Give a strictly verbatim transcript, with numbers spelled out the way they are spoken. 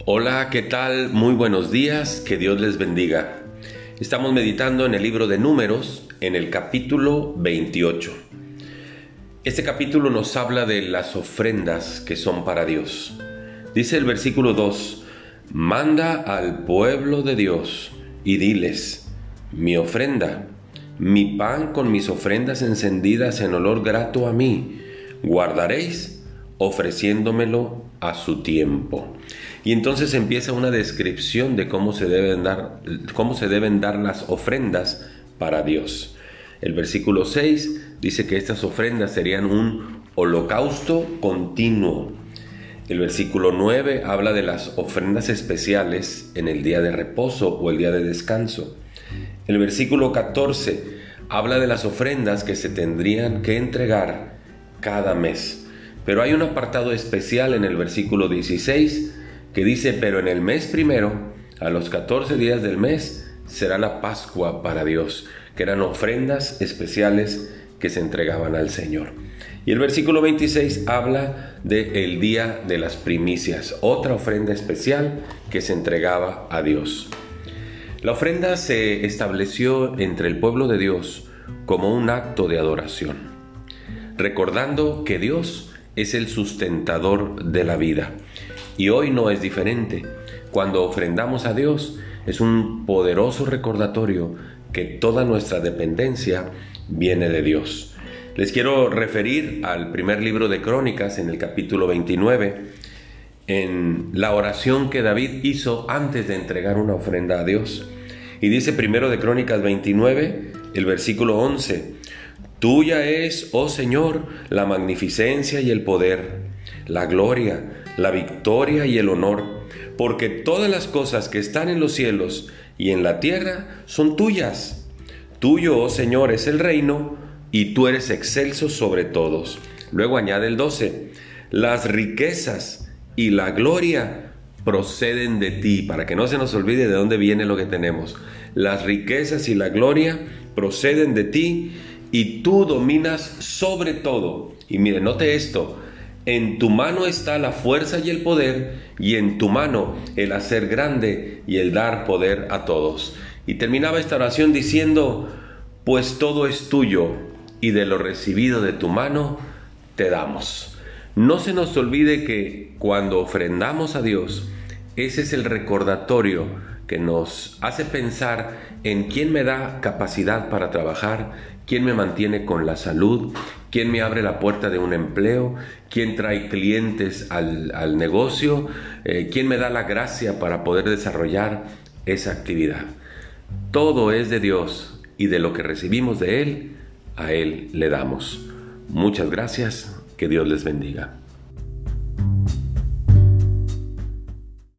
Hola, ¿qué tal? Muy buenos días, que Dios les bendiga. Estamos meditando en el libro de Números, en el capítulo veintiocho. Este capítulo nos habla de las ofrendas que son para Dios. Dice el versículo dos, manda al pueblo de Dios y diles, mi ofrenda, mi pan con mis ofrendas encendidas en olor grato a mí, guardaréis ofreciéndomelo a su tiempo. Y entonces empieza una descripción de cómo se deben dar, cómo se deben dar las ofrendas para Dios. El versículo seis dice que estas ofrendas serían un holocausto continuo. El versículo nueve habla de las ofrendas especiales en el día de reposo o el día de descanso. El versículo catorce habla de las ofrendas que se tendrían que entregar cada mes. Pero hay un apartado especial en el versículo dieciséis que dice, pero en el mes primero, a los catorce días del mes, será la Pascua para Dios, que eran ofrendas especiales que se entregaban al Señor. Y el versículo veintiséis habla del día de las primicias, otra ofrenda especial que se entregaba a Dios. La ofrenda se estableció entre el pueblo de Dios como un acto de adoración, recordando que Dios es el sustentador de la vida. Y hoy no es diferente. Cuando ofrendamos a Dios, es un poderoso recordatorio que toda nuestra dependencia viene de Dios. Les quiero referir al primer libro de Crónicas, en el capítulo veintinueve, en la oración que David hizo antes de entregar una ofrenda a Dios. Y dice primero de Crónicas veintinueve, el versículo once, tuya es, oh Señor, la magnificencia y el poder, la gloria, la victoria y el honor, porque todas las cosas que están en los cielos y en la tierra son tuyas. Tuyo, oh Señor, es el reino, y tú eres excelso sobre todos. Luego añade el doce, las riquezas y la gloria proceden de ti, para que no se nos olvide de dónde viene lo que tenemos. Las riquezas y la gloria proceden de ti, y tú dominas sobre todo. Y mire, note esto, en tu mano está la fuerza y el poder, y en tu mano el hacer grande y el dar poder a todos. Y terminaba esta oración diciendo, pues todo es tuyo, y de lo recibido de tu mano te damos. No se nos olvide que cuando ofrendamos a Dios, ese es el recordatorio que nos hace pensar en quién me da capacidad para trabajar, quién me mantiene con la salud, quién me abre la puerta de un empleo, quién trae clientes al, al negocio, eh, quién me da la gracia para poder desarrollar esa actividad. Todo es de Dios, y de lo que recibimos de Él, a Él le damos. Muchas gracias, que Dios les bendiga.